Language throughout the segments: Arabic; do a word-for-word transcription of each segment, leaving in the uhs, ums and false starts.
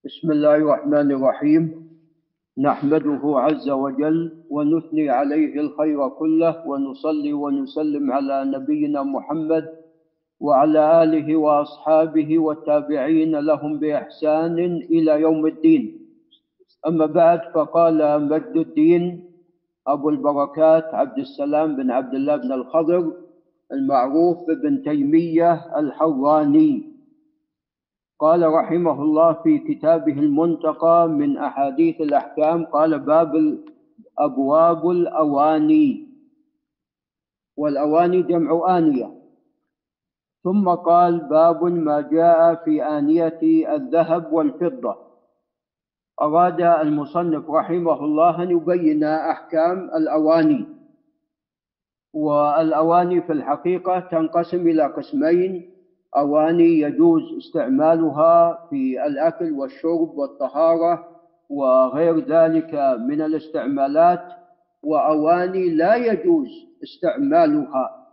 بسم الله الرحمن الرحيم. نحمده عز وجل ونثني عليه الخير كله، ونصلي ونسلم على نبينا محمد وعلى آله وأصحابه والتابعين لهم بإحسان إلى يوم الدين. أما بعد، فقال مجد الدين أبو البركات عبد السلام بن عبد الله بن الخضر المعروف بابن تيمية الحراني، قال رحمه الله في كتابه المنتقى من أحاديث الأحكام، قال: باب أبواب الأواني، والأواني جمع آنية. ثم قال: باب ما جاء في آنية الذهب والفضة. أراد المصنف رحمه الله أن يبين أحكام الأواني. والأواني في الحقيقة تنقسم إلى قسمين: أواني يجوز استعمالها في الأكل والشرب والطهارة وغير ذلك من الاستعمالات، وأواني لا يجوز استعمالها.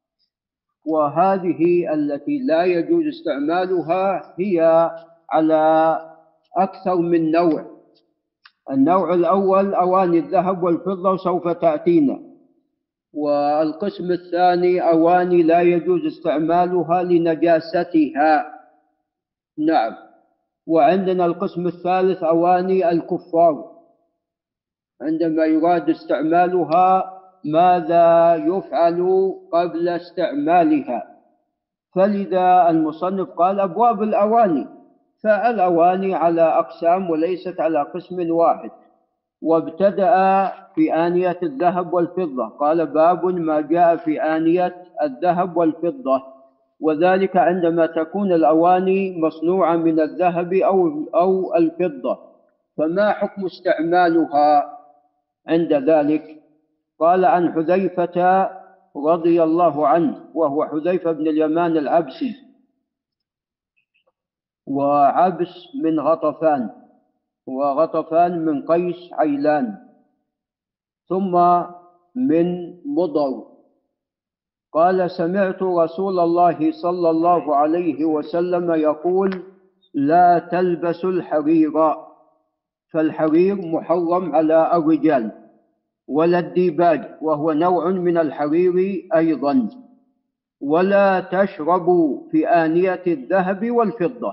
وهذه التي لا يجوز استعمالها هي على أكثر من نوع. النوع الأول أواني الذهب والفضة، سوف تأتينا. والقسم الثاني أواني لا يجوز استعمالها لنجاستها. نعم. وعندنا القسم الثالث أواني الكفار، عندما يراد استعمالها ماذا يفعل قبل استعمالها. فلذا المصنف قال أبواب الأواني، فالأواني على أقسام وليست على قسم واحد. وابتدأ في آنية الذهب والفضة، قال: باب ما جاء في آنية الذهب والفضة، وذلك عندما تكون الأواني مصنوعة من الذهب أو أو الفضة، فما حكم استعمالها عند ذلك؟ قال: عن حذيفة رضي الله عنه، وهو حذيفة بن اليمان العبسي، وعبس من غطفان، وغطفان من قيس عيلان، ثم من مضر. قال: سمعت رسول الله صلى الله عليه وسلم يقول: لا تلبسوا الحرير، فالحرير محرم على الرجال، ولا الديباج وهو نوع من الحرير أيضا، ولا تشربوا في آنية الذهب والفضة،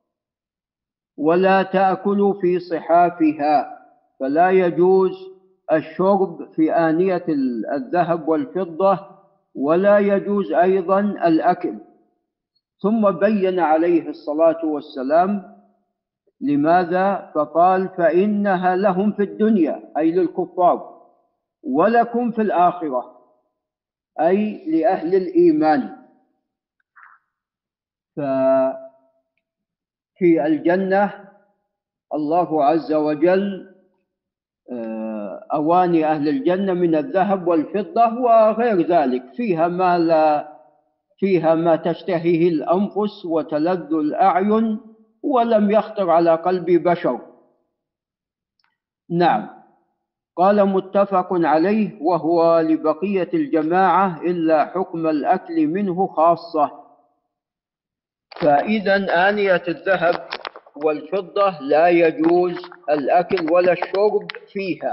ولا تأكلوا في صحافها، فلا يجوز الشرب في آنية الذهب والفضة، ولا يجوز أيضا الأكل. ثم بين عليه الصلاة والسلام لماذا، فقال: فإنها لهم في الدنيا، أي للكفار، ولكم في الآخرة، أي لأهل الإيمان. ففي الجنة الله عز وجل أواني أهل الجنة من الذهب والفضة وغير ذلك، فيها ما لا فيها ما تشتهيه الأنفس وتلذ الأعين، ولم يخطر على قلب بشر. نعم. قال: متفق عليه، وهو لبقية الجماعة إلا حكم الأكل منه خاصة. فإذا آنية الذهب والفضة لا يجوز الأكل ولا الشرب فيها.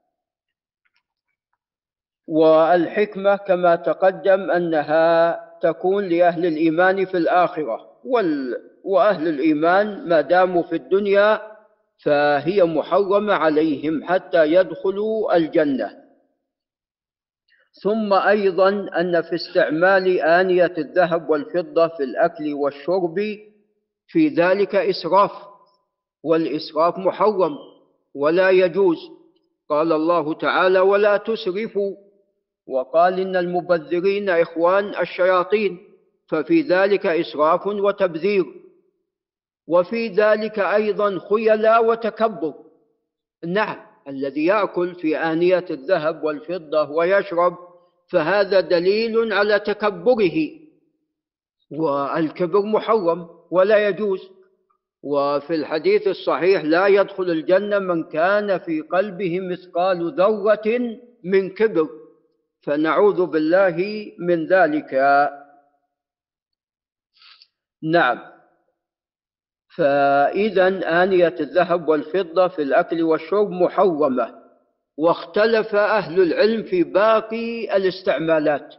والحكمة كما تقدم أنها تكون لأهل الإيمان في الآخرة، وأهل الإيمان ما داموا في الدنيا فهي محرمة عليهم حتى يدخلوا الجنة. ثم أيضا أن في استعمال آنية الذهب والفضة في الأكل والشرب في ذلك إسراف، والإسراف محرم ولا يجوز. قال الله تعالى: ولا تسرفوا، وقال: إن المبذرين إخوان الشياطين، ففي ذلك إسراف وتبذير. وفي ذلك أيضا خيلاء وتكبر. نعم، الذي يأكل في آنية الذهب والفضة ويشرب فهذا دليل على تكبره، والكبر محرم ولا يجوز. وفي الحديث الصحيح: لا يدخل الجنة من كان في قلبه مثقال ذرة من كبر، فنعوذ بالله من ذلك. نعم. فإذا آنية الذهب والفضة في الأكل والشرب محرمة. واختلف أهل العلم في باقي الاستعمالات.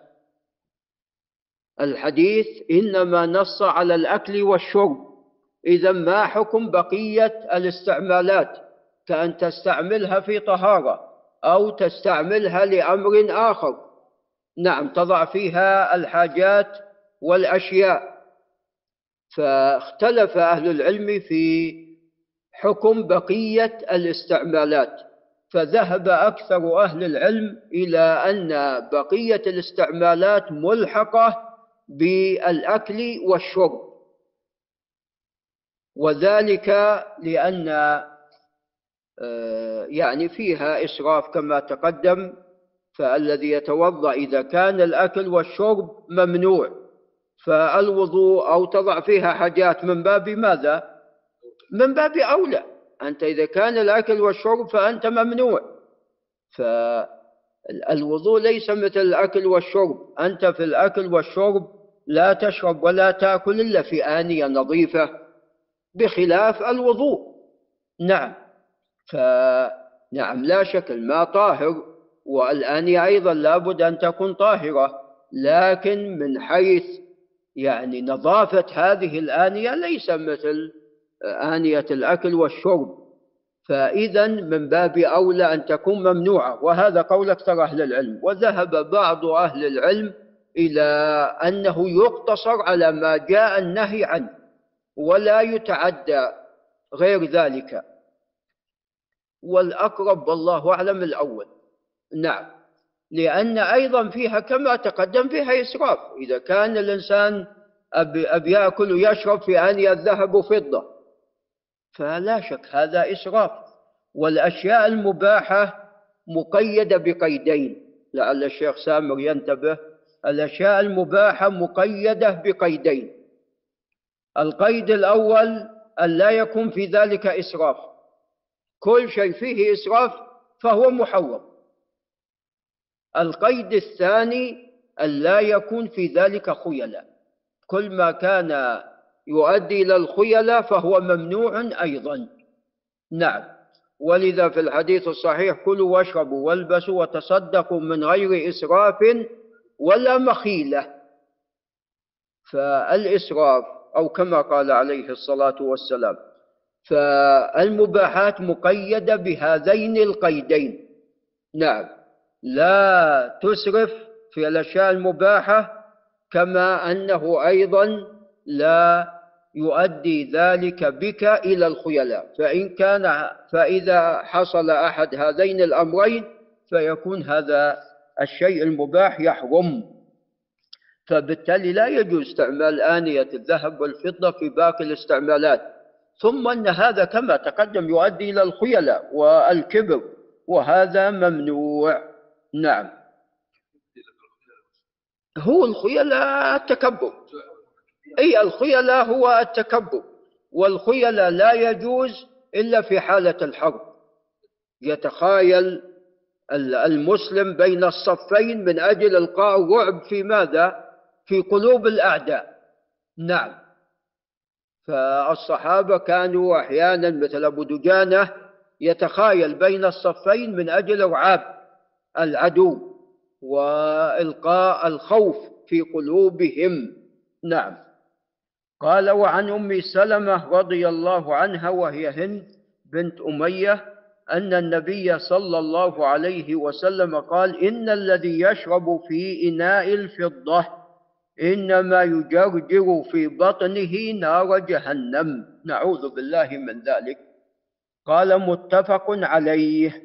الحديث إنما نص على الأكل والشرب، إذا ما حكم بقية الاستعمالات كأن تستعملها في طهارة أو تستعملها لأمر آخر؟ نعم، تضع فيها الحاجات والأشياء. فاختلف أهل العلم في حكم بقية الاستعمالات، فذهب أكثر أهل العلم إلى أن بقية الاستعمالات ملحقة بالأكل والشرب، وذلك لأن يعني فيها إسراف كما تقدم. فالذي يتوضأ إذا كان الأكل والشرب ممنوع، فالوضوء أو تضع فيها حاجات من باب ماذا؟ من باب أولى. أنت إذا كان الأكل والشرب فأنت ممنوع، فالوضوء ليس مثل الأكل والشرب. أنت في الأكل والشرب لا تشرب ولا تأكل إلا في آنية نظيفة، بخلاف الوضوء. نعم، فنعم لا شك الماء طاهر، والآنية أيضا لابد أن تكون طاهرة، لكن من حيث يعني نظافة هذه الآنية ليس مثل آنية الأكل والشرب، فإذا من باب أولى أن تكون ممنوعة. وهذا قول أكثر أهل العلم. وذهب بعض أهل العلم إلى أنه يقتصر على ما جاء النهي عنه ولا يتعدى غير ذلك، والأقرب والله أعلم الأول. نعم، لأن أيضا فيها كما تقدم فيها إسراف. إذا كان الإنسان أبي يأكل ويشرب في آنية ذهب وفضة فلا شك هذا إسراف. والأشياء المباحة مقيدة بقيدين، لعل الشيخ سامر ينتبه. الأشياء المباحة مقيدة بقيدين. القيد الأول أن لا يكون في ذلك إسراف، كل شيء فيه إسراف فهو محرم. القيد الثاني أن لا يكون في ذلك خيلاء، كل ما كان يؤدي إلى الخيلاء فهو ممنوع أيضا. نعم، ولذا في الحديث الصحيح كلوا واشربوا والبسوا وتصدقوا من غير إسراف ولا مخيلة. فالإسراف أو كما قال عليه الصلاة والسلام، فالمباحات مقيدة بهذين القيدين. نعم، لا تسرف في الأشياء المباحة، كما أنه أيضا لا يؤدي ذلك بك إلى الخيلاء. فإن كان فإذا حصل أحد هذين الأمرين فيكون هذا الشيء المباح يحرم. فبالتالي لا يجوز استعمال آنية الذهب والفضة في باقي الاستعمالات. ثم أن هذا كما تقدم يؤدي إلى الخيلاء والكبر، وهذا ممنوع. نعم، هو الخيلاء التكبر. أي الخيلاء هو التكبر، والخيلاء لا يجوز إلا في حالة الحرب. يتخايل المسلم بين الصفين من أجل إلقاء الرعب في ماذا؟ في قلوب الأعداء. نعم، فالصحابة كانوا أحيانا مثل أبو دجانة يتخايل بين الصفين من أجل إرعاب العدو وإلقاء الخوف في قلوبهم. نعم. قال: وعن أم سلمة رضي الله عنها وهي هند بنت أمية أن النبي صلى الله عليه وسلم قال: إن الذي يشرب في إناء الفضة إنما يجرجر في بطنه نار جهنم، نعوذ بالله من ذلك. قال: متفق عليه.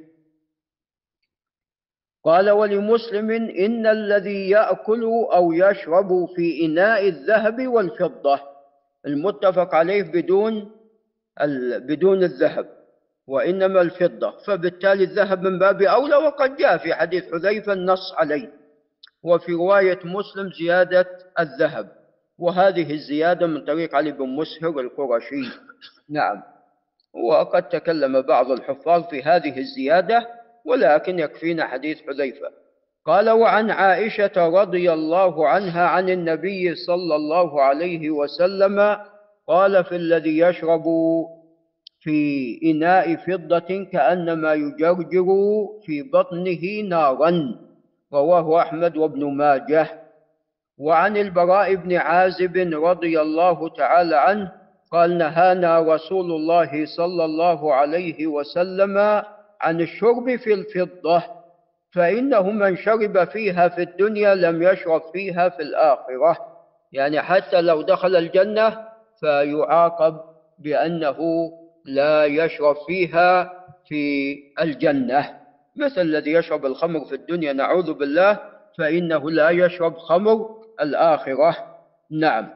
قال: ولمسلم: إن الذي يأكل أو يشرب في إناء الذهب والفضة. المتفق عليه بدون بدون الذهب، وإنما الفضة، فبالتالي الذهب من باب أولى، وقد جاء في حديث حذيفة النص عليه، وفي رواية مسلم زيادة الذهب، وهذه الزيادة من طريق علي بن مسهر القرشي. نعم، وقد تكلم بعض الحفاظ في هذه الزيادة، ولكن يكفينا حديث حذيفة. قال: وعن عائشة رضي الله عنها عن النبي صلى الله عليه وسلم قال: في الذي يشرب في إناء فضة كأنما يجرجر في بطنه نارا. رواه أحمد وابن ماجه. وعن البراء بن عازب رضي الله تعالى عنه قال: نهانا رسول الله صلى الله عليه وسلم عن الشرب في الفضة، فإنه من شرب فيها في الدنيا لم يشرب فيها في الآخرة. يعني حتى لو دخل الجنة فيعاقب بأنه لا يشرب فيها في الجنة، مثل الذي يشرب الخمر في الدنيا نعوذ بالله، فإنه لا يشرب خمر الآخرة. نعم.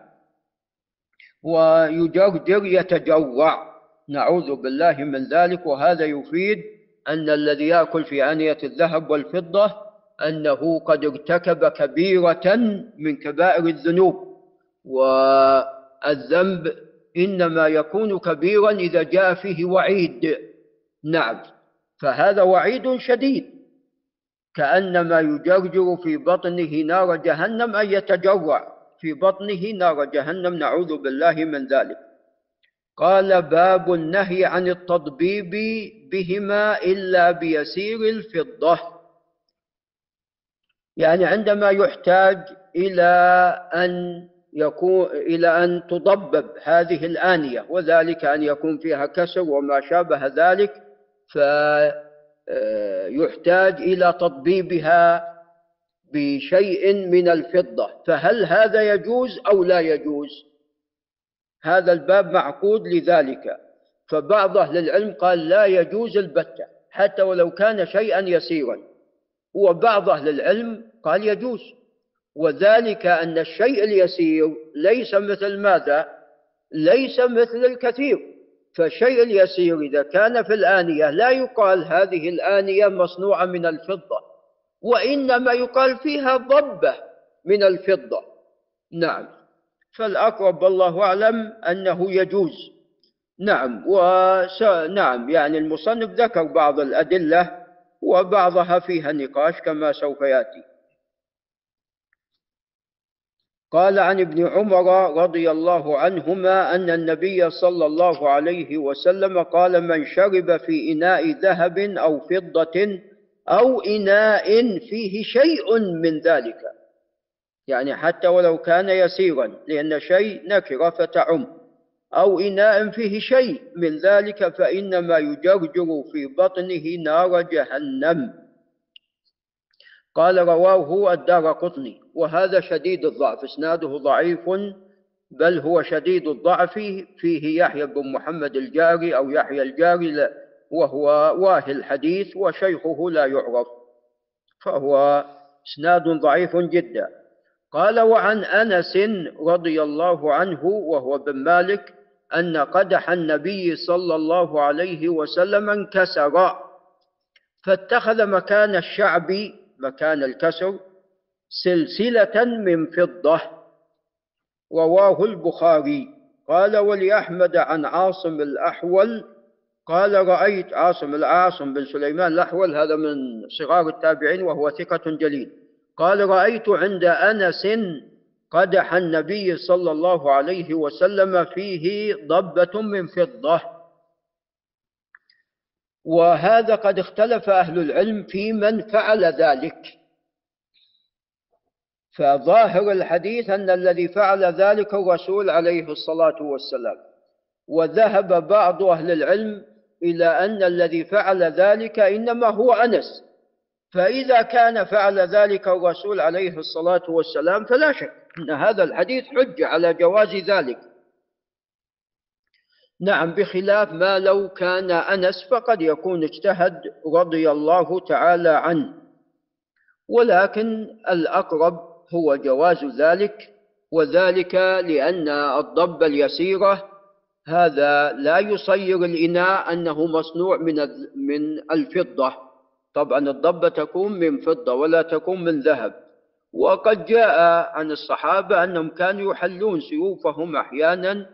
ويجرجر يتجوع، نعوذ بالله من ذلك. وهذا يفيد أن الذي يأكل في آنية الذهب والفضة أنه قد ارتكب كبيرة من كبائر الذنوب، والذنب إنما يكون كبيرا إذا جاء فيه وعيد. نعم، فهذا وعيد شديد، كأنما يجرجر في بطنه نار جهنم، أي يتجوع في بطنه نار جهنم، نعوذ بالله من ذلك. قال: باب النهي عن التطبيب بهما إلا بيسير الفضة. يعني عندما يحتاج إلى أن يكون إلى أن تضبب هذه الآنية، وذلك أن يكون فيها كسر وما شابه ذلك، فيحتاج إلى تطبيبها بشيء من الفضة، فهل هذا يجوز أو لا يجوز؟ هذا الباب معقود لذلك. فبعض أهل العلم قال لا يجوز البتة حتى ولو كان شيئا يسيرا، وبعض أهل العلم قال يجوز، وذلك أن الشيء اليسير ليس مثل ماذا؟ ليس مثل الكثير. فالشيء اليسير إذا كان في الآنية لا يقال هذه الآنية مصنوعة من الفضة، وإنما يقال فيها ضبة من الفضة. نعم، فالأقرب والله أعلم أنه يجوز. نعم. وس... نعم، يعني المصنف ذكر بعض الأدلة وبعضها فيها نقاش كما سوف يأتي. قال: عن ابن عمر رضي الله عنهما أن النبي صلى الله عليه وسلم قال: من شرب في إناء ذهب أو فضة أو إناء فيه شيء من ذلك، يعني حتى ولو كان يسيرا، لأن شيء نكرة فتعم، أو إناء فيه شيء من ذلك، فإنما يجرجر في بطنه نار جهنم. قال: رواه الدارقطني، وهذا شديد الضعف، إسناده ضعيف، بل هو شديد الضعف، فيه يحيى بن محمد الجاري أو يحيى الجاري، وهو واهي الحديث وشيخه لا يعرف، فهو إسناد ضعيف جدا. قال: وعن أنس رضي الله عنه وهو بن مالك أن قدح النبي صلى الله عليه وسلم انكسر، فاتخذ مكان الشعب، مكان الكسر، سلسلة من فضة. رواه البخاري. قال: ولأحمد عن عاصم الأحول قال: رأيت عاصم العاصم بن سليمان الأحول، هذا من صغار التابعين وهو ثقة جليل، قال: رأيت عند أنس قدح النبي صلى الله عليه وسلم فيه ضبة من فضة. وهذا قد اختلف أهل العلم في من فعل ذلك، فظاهر الحديث أن الذي فعل ذلك الرسول عليه الصلاة والسلام، وذهب بعض أهل العلم إلى أن الذي فعل ذلك إنما هو أنس، فإذا كان فعل ذلك الرسول عليه الصلاة والسلام فلا شك أن هذا الحديث حجة على جواز ذلك. نعم، بخلاف ما لو كان أنس فقد يكون اجتهد رضي الله تعالى عنه، ولكن الأقرب هو جواز ذلك، وذلك لأن الضب اليسيرة هذا لا يصير الإناء أنه مصنوع من من الفضة، طبعا الضبة تكون من فضة ولا تكون من ذهب. وقد جاء عن الصحابة أنهم كانوا يحلون سيوفهم أحيانا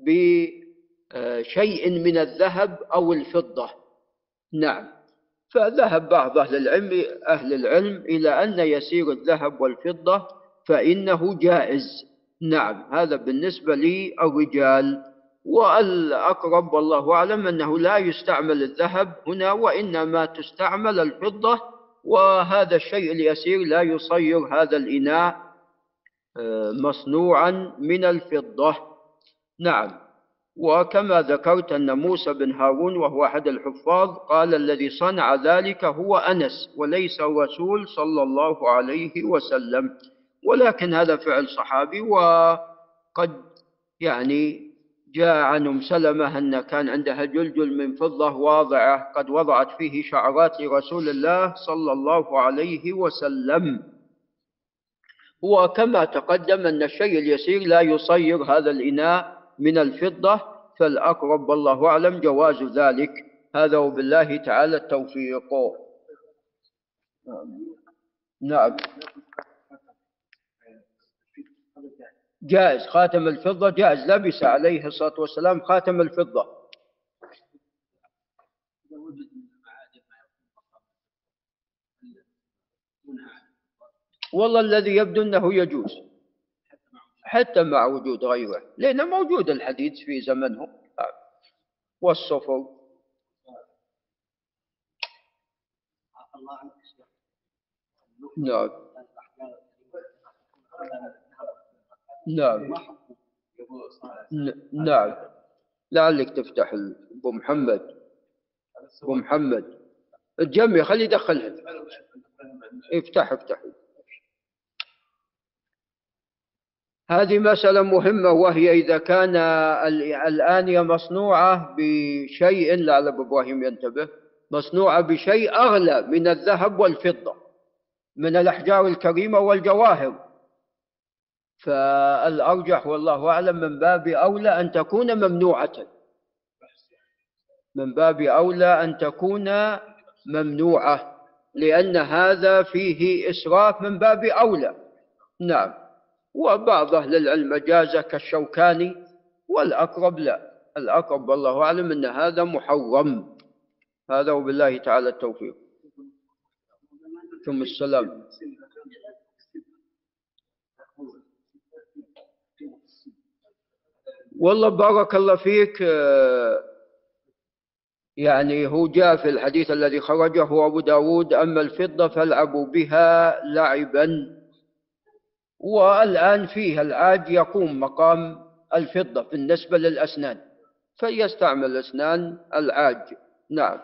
بشيء من الذهب أو الفضة. نعم، فذهب بعض أهل العلم, أهل العلم إلى أن يسير الذهب والفضة فإنه جائز. نعم، هذا بالنسبة للرجال. والأقرب والله أعلم أنه لا يستعمل الذهب هنا، وإنما تستعمل الفضة، وهذا الشيء اليسير لا يصير هذا الإناء مصنوعا من الفضة. نعم. وكما ذكرت أن موسى بن هارون وهو أحد الحفاظ قال الذي صنع ذلك هو أنس وليس الرسول صلى الله عليه وسلم، ولكن هذا فعل صحابي. وقد يعني جاء عن أم سلمة أن كان عندها جلجل من فضة واضعة قد وضعت فيه شعرات لرسول الله صلى الله عليه وسلم. وكما تقدم أن الشيء اليسير لا يصير هذا الإناء من الفضة، فالأقرب والله أعلم جواز ذلك. هذا وبالله تعالى التوفيق. نعم، جائز خاتم الفضة، جائز، لبس عليه الصلاة والسلام خاتم الفضة. والله الذي يبدو أنه يجوز حتى مع وجود غيره، لأنه موجود الحديث في زمنهم والصفر. نعم نعم نعم. لعلك تفتح أبو محمد، أبو محمد الجميع خلي يدخلها، افتح افتح. هذه مسألة مهمة، وهي إذا كان الآنية مصنوعة بشيء، لعل أبو إبراهيم ينتبه، مصنوعة بشيء أغلى من الذهب والفضة من الأحجار الكريمة والجواهر، فالأرجح والله أعلم من باب أولى أن تكون ممنوعة، من باب أولى أن تكون ممنوعة، لأن هذا فيه إسراف من باب أولى. نعم. وبعض أهل العلم جازه كالشوكاني، والأقرب لا، الأقرب والله أعلم أن هذا محرم. هذا وبالله تعالى التوفيق. ثم السلام. والله بارك الله فيك، يعني هو جاء في الحديث الذي خرجه أبو داود: أما الفضة فالعبوا بها لعبا. والآن فيه العاج يقوم مقام الفضة بالنسبة للأسنان، فيستعمل أسنان العاج. نعم.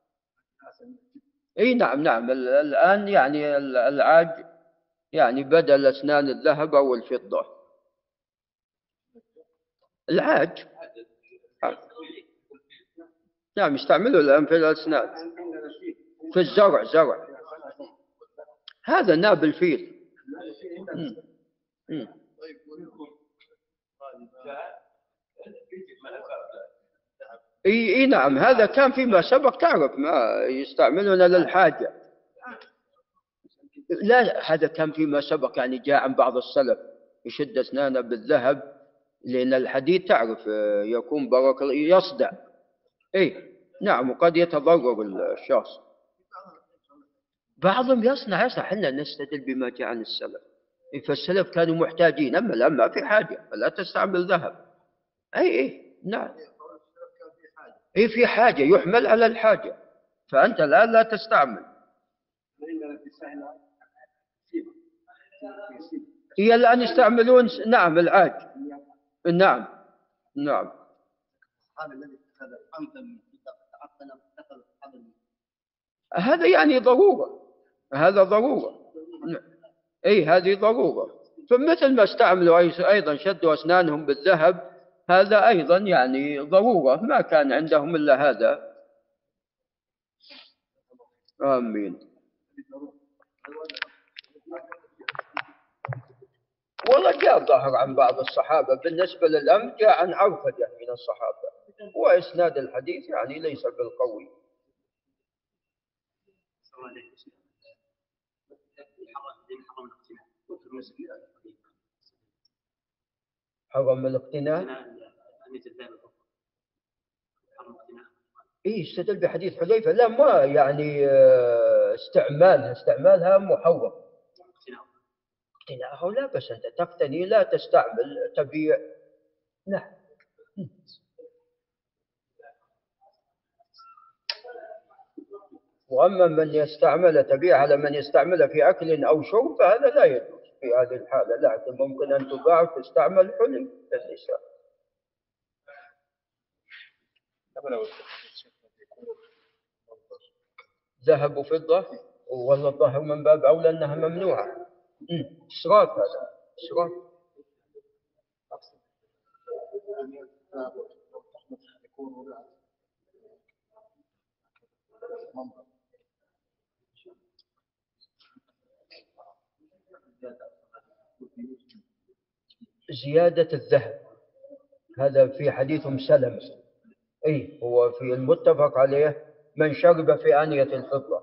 اي نعم نعم. الآن يعني العاج يعني بدل أسنان الذهب أو الفضة. العاج نعم يستعملوا الآن في الأسنان، في الزرع، زرع هذا ناب الفيل. اي اي نعم، هذا كان فيما سبق، تعرف ما يستعملون للحاجة. لا، هذا كان فيما سبق، يعني جاء عن بعض السلف يشد أسنانه بالذهب، لأن الحديد تعرف يكون برك يصدع. اي نعم، وقد يتضرر الشخص. بعضهم يصنع يصنع احنا نستدل بما جاء عن السلف، فالسلف كانوا محتاجين، أما الآن ما في حاجة فلا تستعمل ذهب. أي أي نعم. أي في حاجة يحمل على الحاجة، فأنت الآن لا تستعمل. هي الآن يستعملون نعم العاج. نعم نعم. هذا يعني ضرورة، هذا ضرورة. أي هذه ضرورة. فمثل ما استعملوا أيضا شدوا أسنانهم بالذهب، هذا أيضا يعني ضرورة، ما كان عندهم إلا هذا. آمين. والله جاء ظهر عن بعض الصحابة بالنسبة للأمر، جاء عن عرفجة من الصحابة، وإسناد الحديث يعني ليس بالقوي. حرم الاقتناء. إيه استدل بحديث حذيفة، لا ما يعني استعمالها استعمالها محرم. اقتناءه لا بس أنت تقتني لا تستعمل تبيع. نعم. وأما من يستعمل تبيع على من يستعمل في أكل أو شرب فهذا لا يجوز في هذه الحالة، لكن ممكن أن تباع وتستعمل حلي للنساء. ذهب وفضة والله الظاهر من باب أولى أنها ممنوعة. إسراف، هذا إسراف. زيادة الذهب هذا في حديث أم سلمة، أي هو في المتفق عليه من شرب في آنية الفضة.